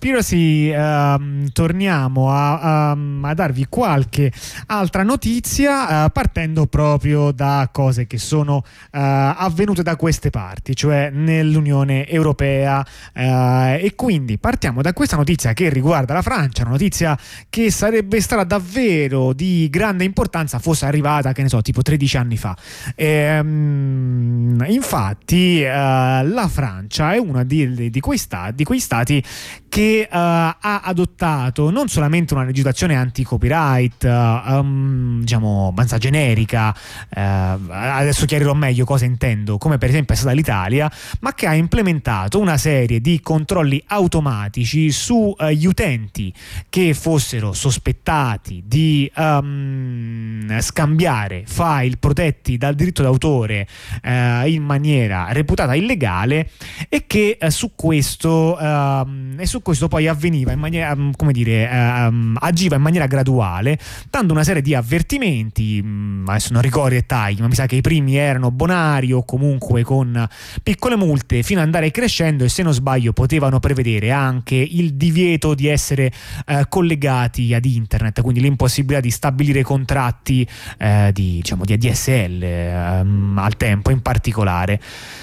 Piracy, torniamo a darvi qualche altra notizia, partendo proprio da cose che sono avvenute da queste parti, cioè nell'Unione Europea, e quindi partiamo da questa notizia che riguarda la Francia, una notizia che sarebbe stata davvero di grande importanza fosse arrivata, che ne so, tipo 13 anni fa. Infatti la Francia è uno di quei stati che ha adottato non solamente una legislazione anti-copyright, diciamo abbastanza generica, adesso chiarirò meglio cosa intendo, come per esempio è stata l'Italia, ma che ha implementato una serie di controlli automatici sugli utenti che fossero sospettati di scambiare file protetti dal diritto d'autore in maniera reputata illegale, e che su questo poi avveniva in maniera, agiva in maniera graduale, dando una serie di avvertimenti. Adesso non ricordo i dettagli, ma mi sa che i primi erano bonari o comunque con piccole multe, fino ad andare crescendo, e se non sbaglio potevano prevedere anche il divieto di essere collegati ad internet, quindi l'impossibilità di stabilire contratti di ADSL al tempo in particolare.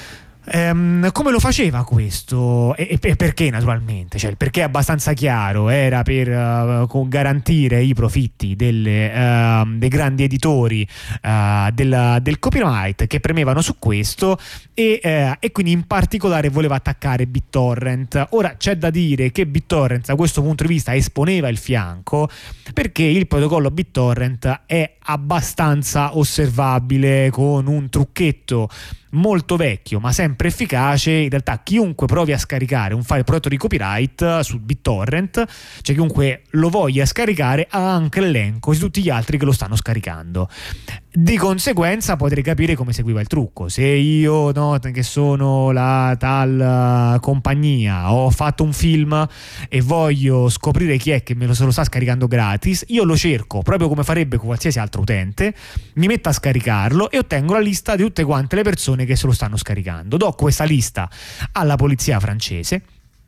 Come lo faceva questo e perché? Naturalmente, cioè il perché è abbastanza chiaro, era per garantire i profitti dei grandi editori del copyright, che premevano su questo, e quindi in particolare voleva attaccare BitTorrent. Ora c'è da dire che BitTorrent da questo punto di vista esponeva il fianco, perché il protocollo BitTorrent è abbastanza osservabile, con un trucchetto molto vecchio ma sempre efficace. In realtà chiunque provi a scaricare un file protetto di copyright su BitTorrent, cioè chiunque lo voglia scaricare, ha anche l'elenco di tutti gli altri che lo stanno scaricando. Di conseguenza potrei capire come seguiva il trucco. Se io, che sono la tal compagnia, ho fatto un film e voglio scoprire chi è che se lo sta scaricando gratis, io lo cerco proprio come farebbe con qualsiasi altro utente, mi metto a scaricarlo e ottengo la lista di tutte quante le persone che se lo stanno scaricando. Do questa lista alla polizia francese,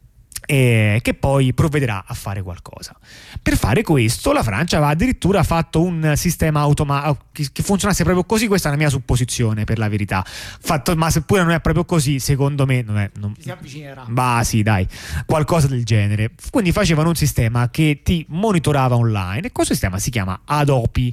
che poi provvederà a fare qualcosa. Per fare questo la Francia aveva addirittura fatto un sistema che funzionasse proprio così. Questa è una mia supposizione, per la verità, ma seppure non è proprio così, secondo me si avvicinerà. Bah sì, dai, qualcosa del genere. Quindi facevano un sistema che ti monitorava online, e questo sistema si chiama Adopi.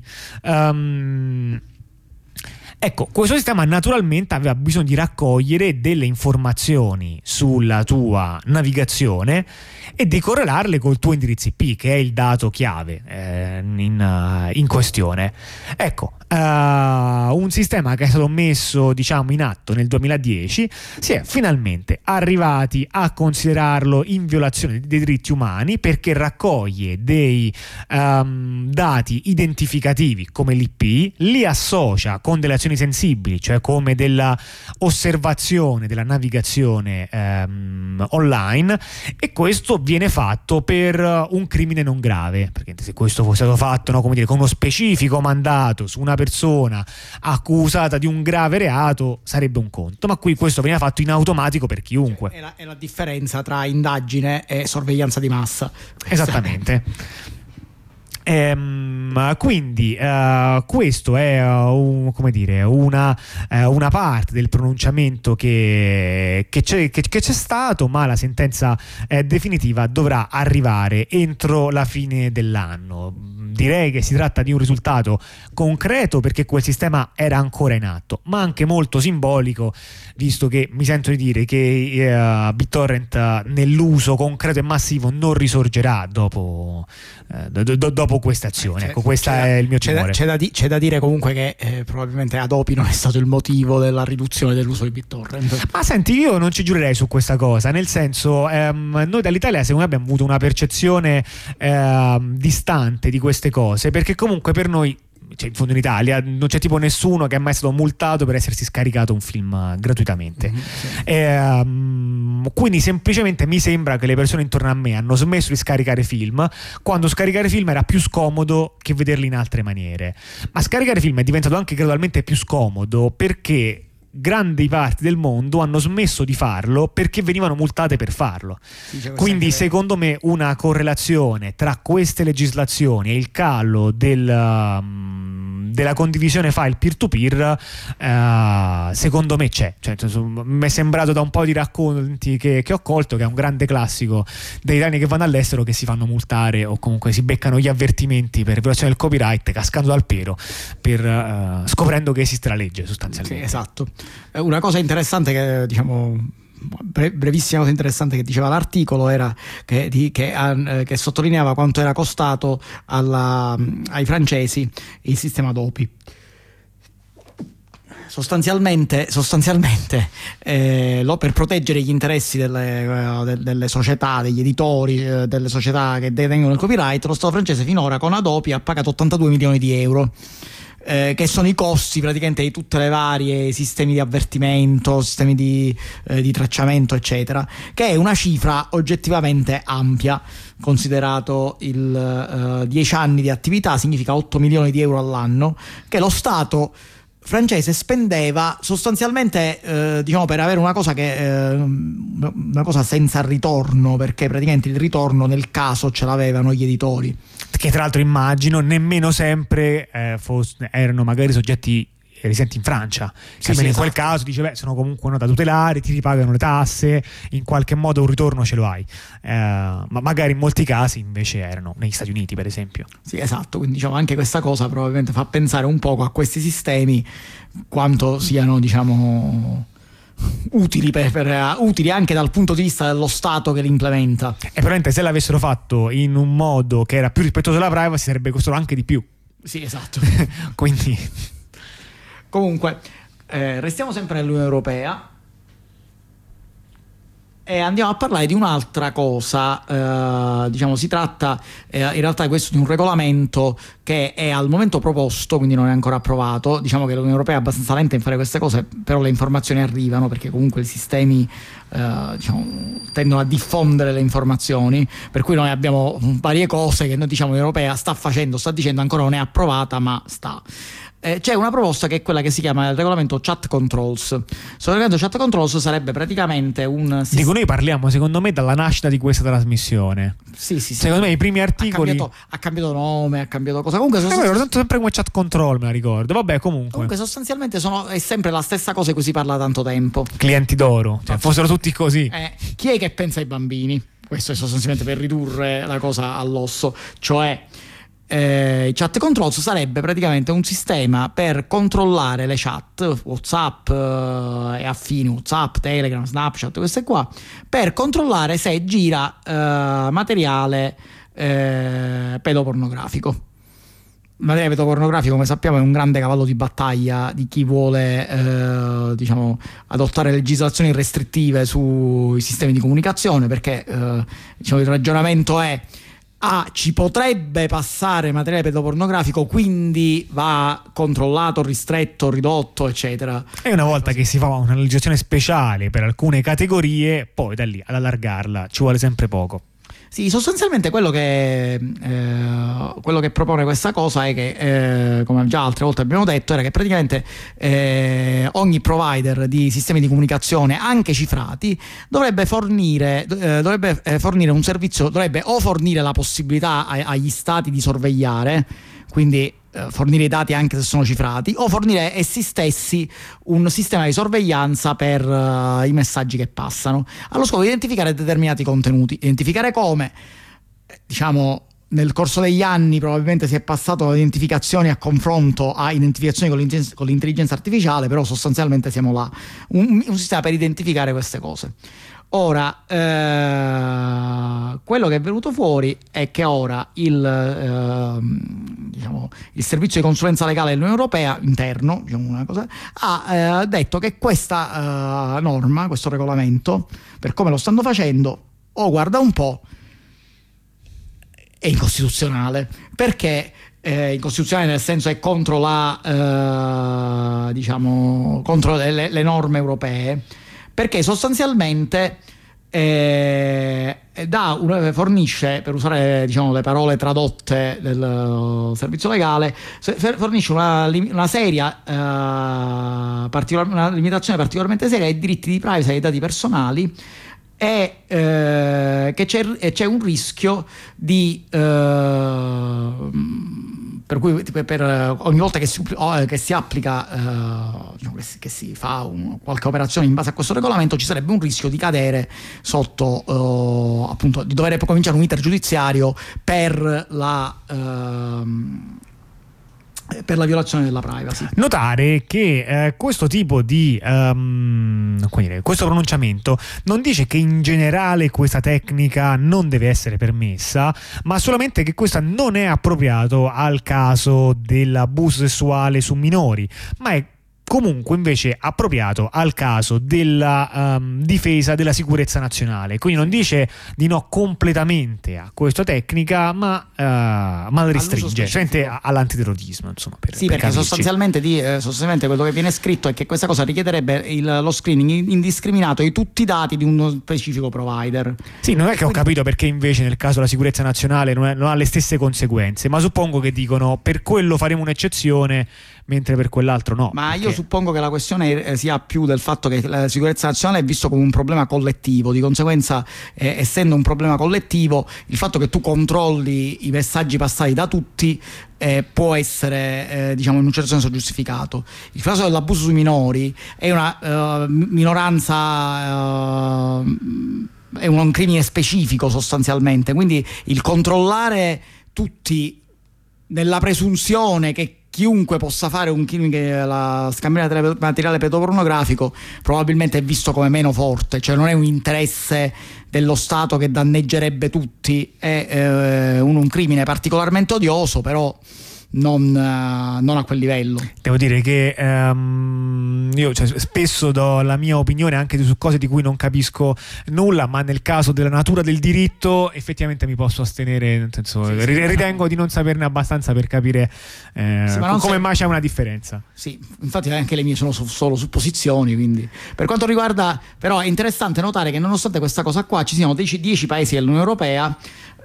Ecco, questo sistema naturalmente aveva bisogno di raccogliere delle informazioni sulla tua navigazione e di correlarle col tuo indirizzo IP, che è il dato chiave in questione. Ecco, un sistema che è stato messo in atto nel 2010, si è finalmente arrivati a considerarlo in violazione dei diritti umani, perché raccoglie dei dati identificativi come l'IP, li associa con delle azioni sensibili, cioè come della osservazione della navigazione online, e questo viene fatto per un crimine non grave, perché se questo fosse stato fatto con uno specifico mandato su una persona accusata di un grave reato sarebbe un conto, ma qui questo veniva fatto in automatico per chiunque. È la differenza tra indagine e sorveglianza di massa. Esattamente. Quindi questo è una parte del pronunciamento che c'è stato, ma la sentenza definitiva dovrà arrivare entro la fine dell'anno. Direi che si tratta di un risultato concreto, perché quel sistema era ancora in atto, ma anche molto simbolico, visto che mi sento di dire che BitTorrent nell'uso concreto e massivo non risorgerà dopo questa azione. Ecco, questo è il mio timore. C'è da dire comunque che probabilmente Adopi non è stato il motivo della riduzione dell'uso di BitTorrent. Ma senti, io non ci giurerei su questa cosa, nel senso, noi dall'Italia secondo me abbiamo avuto una percezione distante di queste cose, perché comunque per noi, in fondo in Italia non c'è tipo nessuno che è mai stato multato per essersi scaricato un film gratuitamente. Quindi semplicemente mi sembra che le persone intorno a me hanno smesso di scaricare film quando scaricare film era più scomodo che vederli in altre maniere. Ma scaricare film è diventato anche gradualmente più scomodo perché grandi parti del mondo hanno smesso di farlo perché venivano multate per farlo. Quindi secondo me una correlazione tra queste legislazioni e il calo della condivisione file peer-to-peer secondo me c'è. Cioè, mi è sembrato da un po' di racconti che ho colto che è un grande classico degli italiani che vanno all'estero che si fanno multare o comunque si beccano gli avvertimenti per violazione del copyright cascando dal pero scoprendo che esiste la legge sostanzialmente. Sì, esatto. Una cosa interessante che brevissima cosa interessante che diceva l'articolo era che sottolineava quanto era costato ai francesi il sistema DOPI. Sostanzialmente per proteggere gli interessi delle società, degli editori, delle società che detengono il copyright, lo Stato francese finora con Adobe ha pagato 82 milioni di euro. Che sono i costi praticamente di tutte le varie sistemi di avvertimento, sistemi di tracciamento, eccetera, che è una cifra oggettivamente ampia, considerato 10 anni di attività, significa 8 milioni di euro all'anno, che lo Stato francese spendeva sostanzialmente per avere una cosa una cosa senza ritorno, perché praticamente il ritorno nel caso ce l'avevano gli editori, che tra l'altro immagino nemmeno sempre erano magari soggetti residenti in Francia, che in quel caso dice sono comunque da tutelare, ti ripagano le tasse, in qualche modo un ritorno ce lo hai, ma magari in molti casi invece erano negli Stati Uniti per esempio. Sì, esatto, quindi anche questa cosa probabilmente fa pensare un poco a questi sistemi quanto siano utili utili anche dal punto di vista dello Stato che li implementa. E probabilmente se l'avessero fatto in un modo che era più rispettoso della privacy sarebbe costato anche di più. Sì, esatto. Quindi comunque restiamo sempre nell'Unione Europea e andiamo a parlare di un'altra cosa. Si tratta in realtà questo di un regolamento che è al momento proposto, quindi non è ancora approvato. Diciamo che l'Unione Europea è abbastanza lenta in fare queste cose, però le informazioni arrivano perché comunque i sistemi tendono a diffondere le informazioni, per cui noi abbiamo varie cose che noi l'Unione Europea sta dicendo, ancora non è approvata ma sta. C'è una proposta che è quella che si chiama il regolamento Chat Controls. Il regolamento Chat Controls sarebbe praticamente un sistema. Dico, noi parliamo secondo me dalla nascita di questa trasmissione. Sì. Secondo me i primi articoli ha cambiato nome, ha cambiato cosa. Comunque tanto sempre come Chat Control, me la ricordo. Vabbè, comunque sostanzialmente è sempre la stessa cosa di cui si parla da tanto tempo. Clienti d'oro, fossero tutti così. Chi è che pensa ai bambini? Questo è sostanzialmente per ridurre la cosa all'osso, cioè Chat Controls sarebbe praticamente un sistema per controllare le chat WhatsApp e affini, WhatsApp, Telegram, Snapchat, queste qua, per controllare se gira materiale pedopornografico. Il materiale pedopornografico, come sappiamo, è un grande cavallo di battaglia di chi vuole adottare legislazioni restrittive sui sistemi di comunicazione, perché il ragionamento è ci potrebbe passare materiale pedopornografico, quindi va controllato, ristretto, ridotto, eccetera. E una volta che si fa una legislazione speciale per alcune categorie, poi da lì ad allargarla ci vuole sempre poco. Sì, sostanzialmente quello che propone questa cosa è che, come già altre volte abbiamo detto, era che praticamente ogni provider di sistemi di comunicazione, anche cifrati, dovrebbe fornire un servizio, dovrebbe o fornire la possibilità agli stati di sorvegliare, quindi fornire i dati anche se sono cifrati, o fornire essi stessi un sistema di sorveglianza per i messaggi che passano, allo scopo di identificare determinati contenuti. Identificare come? Nel corso degli anni probabilmente si è passato da identificazioni a confronto a identificazioni con l'intelligenza artificiale, però sostanzialmente siamo là, un sistema per identificare queste cose. Ora, quello che è venuto fuori è che ora il servizio di consulenza legale dell'Unione Europea interno, ha detto che questa norma, questo regolamento, per come lo stanno facendo, guarda un po', è incostituzionale. Perché incostituzionale nel senso è contro contro le norme europee, perché sostanzialmente fornisce, per usare diciamo le parole tradotte del servizio legale, fornisce una seria una limitazione particolarmente seria ai diritti di privacy e ai dati personali, e che c'è un rischio di per cui ogni volta che si applica diciamo che si fa qualche operazione in base a questo regolamento, ci sarebbe un rischio di cadere sotto appunto di dover cominciare un iter giudiziario per la violazione della privacy. Notare che questo tipo di questo pronunciamento non dice che in generale questa tecnica non deve essere permessa, ma solamente che questa non è appropriato al caso dell'abuso sessuale su minori, ma è comunque invece appropriato al caso della difesa della sicurezza nazionale. Quindi non dice di no completamente a questa tecnica, ma la restringe all'antiterrorismo, insomma, perché sostanzialmente quello che viene scritto è che questa cosa richiederebbe lo screening indiscriminato di tutti i dati di uno specifico provider. Sì, non è che ho capito perché invece nel caso della sicurezza nazionale non ha le stesse conseguenze, ma suppongo che dicono per quello faremo un'eccezione mentre per quell'altro no. Ma io suppongo che la questione sia più del fatto che la sicurezza nazionale è visto come un problema collettivo, di conseguenza essendo un problema collettivo, il fatto che tu controlli i messaggi passati da tutti può essere diciamo in un certo senso giustificato. Il caso dell'abuso sui minori è una minoranza, è un crimine specifico sostanzialmente, quindi il controllare tutti nella presunzione che chiunque possa fare un crimine, la scambiare materiale pedopornografico, probabilmente è visto come meno forte, cioè non è un interesse dello Stato che danneggerebbe tutti, è un crimine particolarmente odioso, però non a quel livello. Devo dire che io spesso do la mia opinione anche su cose di cui non capisco nulla, ma nel caso della natura del diritto effettivamente mi posso astenere, nel senso ritengo di non saperne abbastanza per capire come mai c'è una differenza. Sì, infatti anche le mie sono solo supposizioni, quindi per quanto riguarda, però è interessante notare che nonostante questa cosa qua ci siano 10 paesi dell'Unione Europea,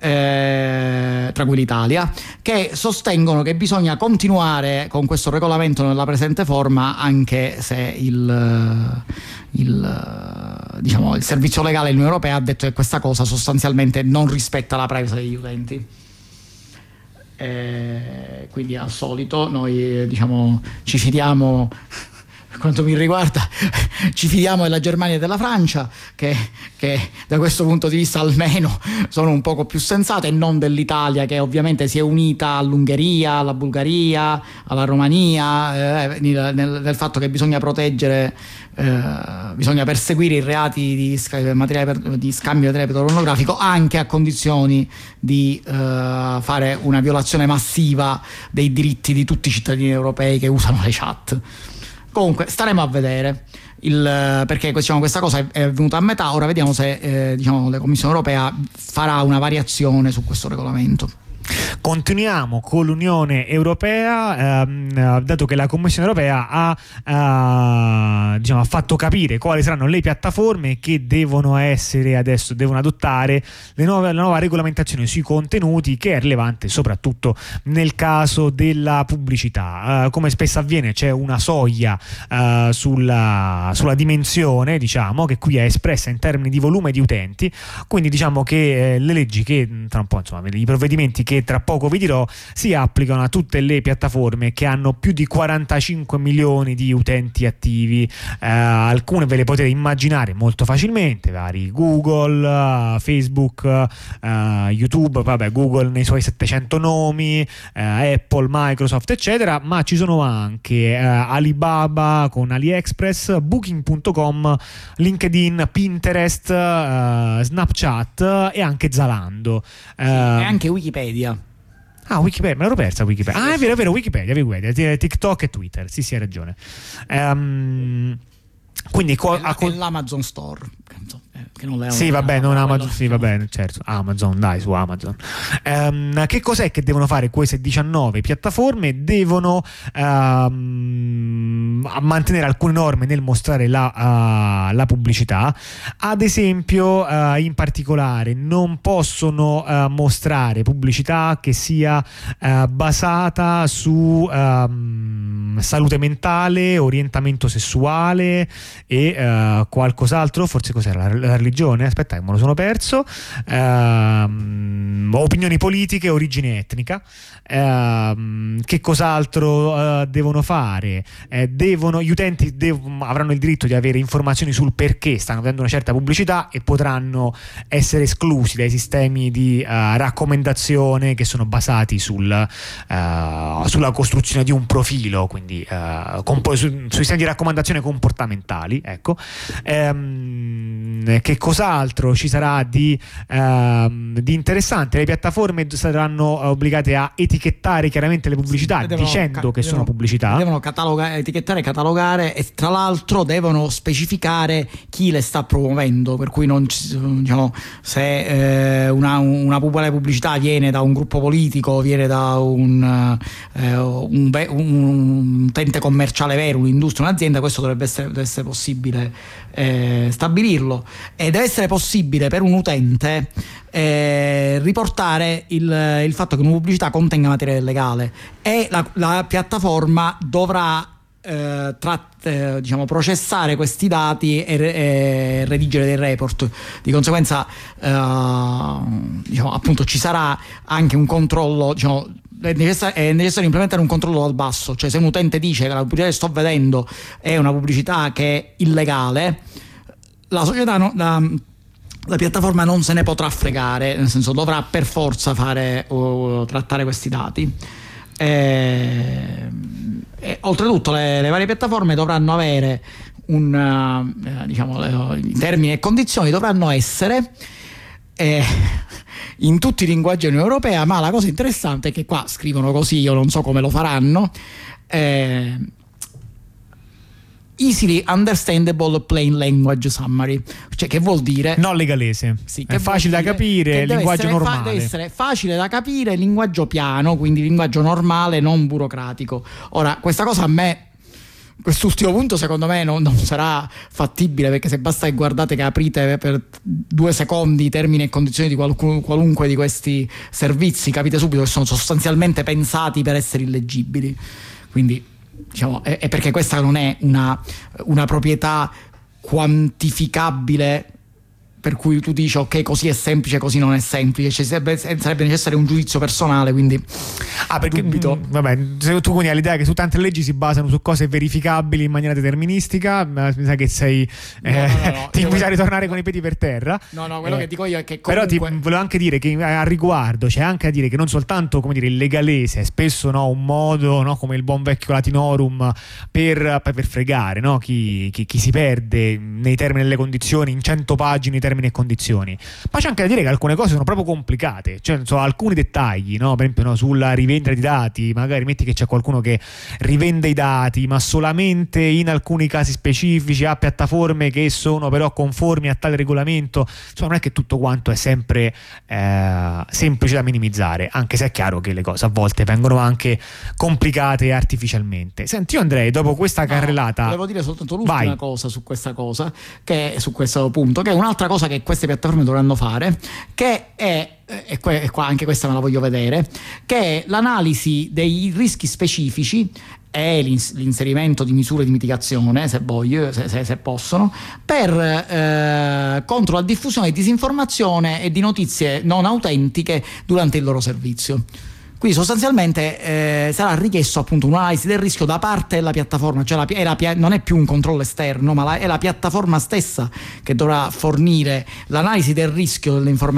tra cui l'Italia, che sostengono che bisogna continuare con questo regolamento nella presente forma, anche se il servizio legale dell'Unione Europea ha detto che questa cosa sostanzialmente non rispetta la privacy degli utenti. Quindi al solito noi ci fidiamo, per quanto mi riguarda, ci fidiamo della Germania e della Francia, che da questo punto di vista almeno sono un poco più sensate, e non dell'Italia, che ovviamente si è unita all'Ungheria, alla Bulgaria, alla Romania, nel fatto che bisogna proteggere, bisogna perseguire i reati di scambio di materiale pedopornografico anche a condizioni di fare una violazione massiva dei diritti di tutti i cittadini europei che usano le chat. Comunque staremo a vedere, perché questa cosa è avvenuta a metà. Ora vediamo se la Commissione europea farà una variazione su questo regolamento. Continuiamo con l'Unione Europea, dato che la Commissione Europea ha fatto capire quali saranno le piattaforme che devono adottare la nuova regolamentazione sui contenuti, che è rilevante soprattutto nel caso della pubblicità. Come spesso avviene, c'è una soglia sulla dimensione, che qui è espressa in termini di volume di utenti, quindi che le leggi che tra un po', i provvedimenti che tra poco vi dirò, si applicano a tutte le piattaforme che hanno più di 45 milioni di utenti attivi. Alcune ve le potete immaginare molto facilmente, vari Google, Facebook, YouTube, Google nei suoi 700 nomi, Apple, Microsoft eccetera, ma ci sono anche Alibaba con AliExpress, Booking.com, LinkedIn, Pinterest, Snapchat e anche Zalando, e anche Wikipedia. Wikipedia, me l'ero persa Wikipedia. È vero, Wikipedia, TikTok e Twitter. Sì, hai ragione. Quindi l'Amazon Store. che non le sì, vabbè, non Amazon, sì, vabbè, certo, Amazon, dai, su Amazon. Che cos'è che devono fare queste 19 piattaforme? Devono mantenere alcune norme nel mostrare la pubblicità. Ad esempio, in particolare, non possono mostrare pubblicità che sia basata su salute mentale, orientamento sessuale e qualcos'altro, forse cos'era la religione? Aspetta, me lo sono perso. Opinioni politiche, origine etnica. Che cos'altro devono fare? Gli utenti avranno il diritto di avere informazioni sul perché stanno vedendo una certa pubblicità e potranno essere esclusi dai sistemi di raccomandazione che sono basati sulla costruzione di un profilo, quindi sui sistemi di raccomandazione comportamentali, ecco. Che cos'altro ci sarà di interessante? Le piattaforme saranno obbligate a etichettare chiaramente le pubblicità dicendo che sono pubblicità. Devono etichettare, catalogare e tra l'altro devono specificare chi le sta promuovendo, per cui non diciamo, se una pubblicità viene da un gruppo politico, viene da un utente commerciale vero, un'industria, un'azienda, questo deve essere possibile stabilirlo, e deve essere possibile per un utente riportare il fatto che una pubblicità contenga materiale illegale, e la piattaforma dovrà processare questi dati e redigere dei report. Di conseguenza appunto ci sarà anche un controllo, è necessario implementare un controllo dal basso, cioè se un utente dice che la pubblicità che sto vedendo è una pubblicità che è illegale, la società la piattaforma non se ne potrà fregare, nel senso dovrà per forza trattare questi dati. E oltretutto le varie piattaforme dovranno avere i termini e condizioni dovranno essere in tutti i linguaggi dell'Unione Europea, ma la cosa interessante è che qua scrivono così, io non so come lo faranno, easily understandable plain language summary, cioè che vuol dire non legalese, sì, è facile da capire, linguaggio normale, deve essere facile da capire, linguaggio piano, quindi linguaggio normale, non burocratico. Ora questa cosa a me, quest'ultimo punto secondo me non sarà fattibile, perché se basta che guardate che aprite per 2 secondi i termini e condizioni di qualunque di questi servizi, capite subito che sono sostanzialmente pensati per essere illeggibili. Quindi è perché questa non è una proprietà quantificabile, per cui tu dici ok, così è semplice, così non è semplice, sarebbe necessario un giudizio personale, quindi perché dubito. Vabbè, se tu quindi hai l'idea che su tante leggi si basano su cose verificabili in maniera deterministica, mi sa che sei ti bisogna ritornare con i piedi per terra. Quello che dico io è che comunque... Però ti volevo anche dire che a riguardo c'è anche da dire che non soltanto, come dire, il legalese è spesso un modo, come il buon vecchio latinorum per fregare chi si perde nei termini e nelle condizioni, in 100 pagine termini e condizioni, ma c'è anche da dire che alcune cose sono proprio complicate, cioè alcuni dettagli, per esempio sulla rivendita di dati, magari metti che c'è qualcuno che rivende i dati ma solamente in alcuni casi specifici a piattaforme che sono però conformi a tale regolamento, non è che tutto quanto è sempre semplice da minimizzare, anche se è chiaro che le cose a volte vengono anche complicate artificialmente. Senti, io andrei, dopo questa carrellata, volevo dire soltanto l'ultima cosa su questa cosa, che su questo punto, che è un'altra cosa che queste piattaforme dovranno fare, che è e qua anche questa me la voglio vedere, che è l'analisi dei rischi specifici e l'inserimento di misure di mitigazione, se possono, contro la diffusione di disinformazione e di notizie non autentiche durante il loro servizio. Quindi sostanzialmente sarà richiesto appunto un'analisi del rischio da parte della piattaforma, cioè non è più un controllo esterno, ma è la piattaforma stessa che dovrà fornire l'analisi del rischio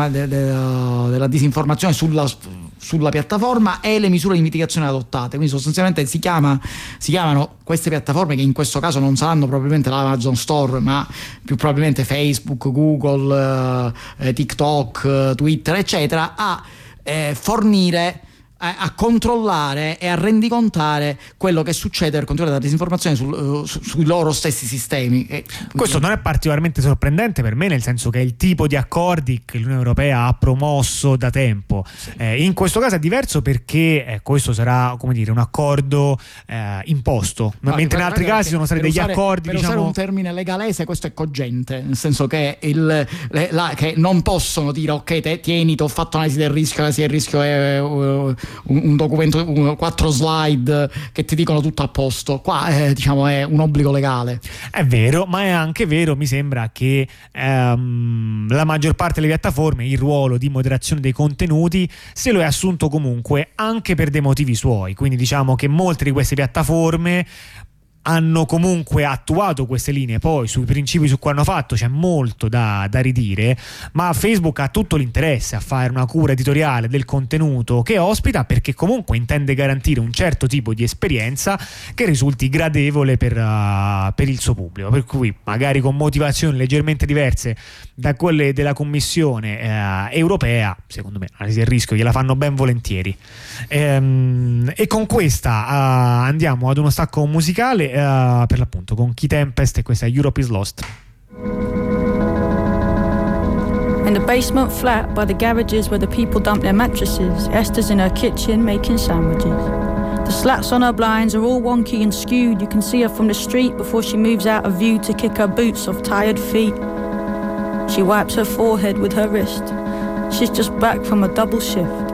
della disinformazione sulla piattaforma e le misure di mitigazione adottate. Quindi sostanzialmente si chiamano queste piattaforme, che in questo caso non saranno probabilmente l'Amazon Store, ma più probabilmente Facebook, Google, TikTok, Twitter, eccetera, a fornire a controllare e a rendicontare quello che succede per controllare la disinformazione sui loro stessi sistemi. Questo non è particolarmente sorprendente per me, nel senso che è il tipo di accordi che l'Unione Europea ha promosso da tempo. In questo caso è diverso perché questo sarà, come dire, un accordo imposto, mentre in altri casi sono stati degli accordi, per usare un termine legalese, questo è cogente, nel senso che che non possono dire ok, tieni, ti ho fatto analisi del rischio, l'analisi del rischio è un documento, 4 slide che ti dicono tutto a posto. Qua diciamo è un obbligo legale. È vero, ma è anche vero, mi sembra, che la maggior parte delle piattaforme il ruolo di moderazione dei contenuti se lo è assunto comunque anche per dei motivi suoi. Quindi diciamo che molte di queste piattaforme hanno comunque attuato queste linee. Poi sui principi su cui hanno fatto c'è molto da ridire, ma Facebook ha tutto l'interesse a fare una cura editoriale del contenuto che ospita, perché comunque intende garantire un certo tipo di esperienza che risulti gradevole per il suo pubblico, per cui magari con motivazioni leggermente diverse da quelle della Commissione europea, secondo me l'analisi del rischio gliela fanno ben volentieri. E con questa andiamo ad uno stacco musicale, per l'appunto con Key Tempest, e questa è Europe is Lost. In the basement flat by the garages where the people dump their mattresses, Esther's in her kitchen making sandwiches. The slats on her blinds are all wonky and skewed. You can see her from the street before she moves out of view to kick her boots off tired feet. She wipes her forehead with her wrist. She's just back from a double shift.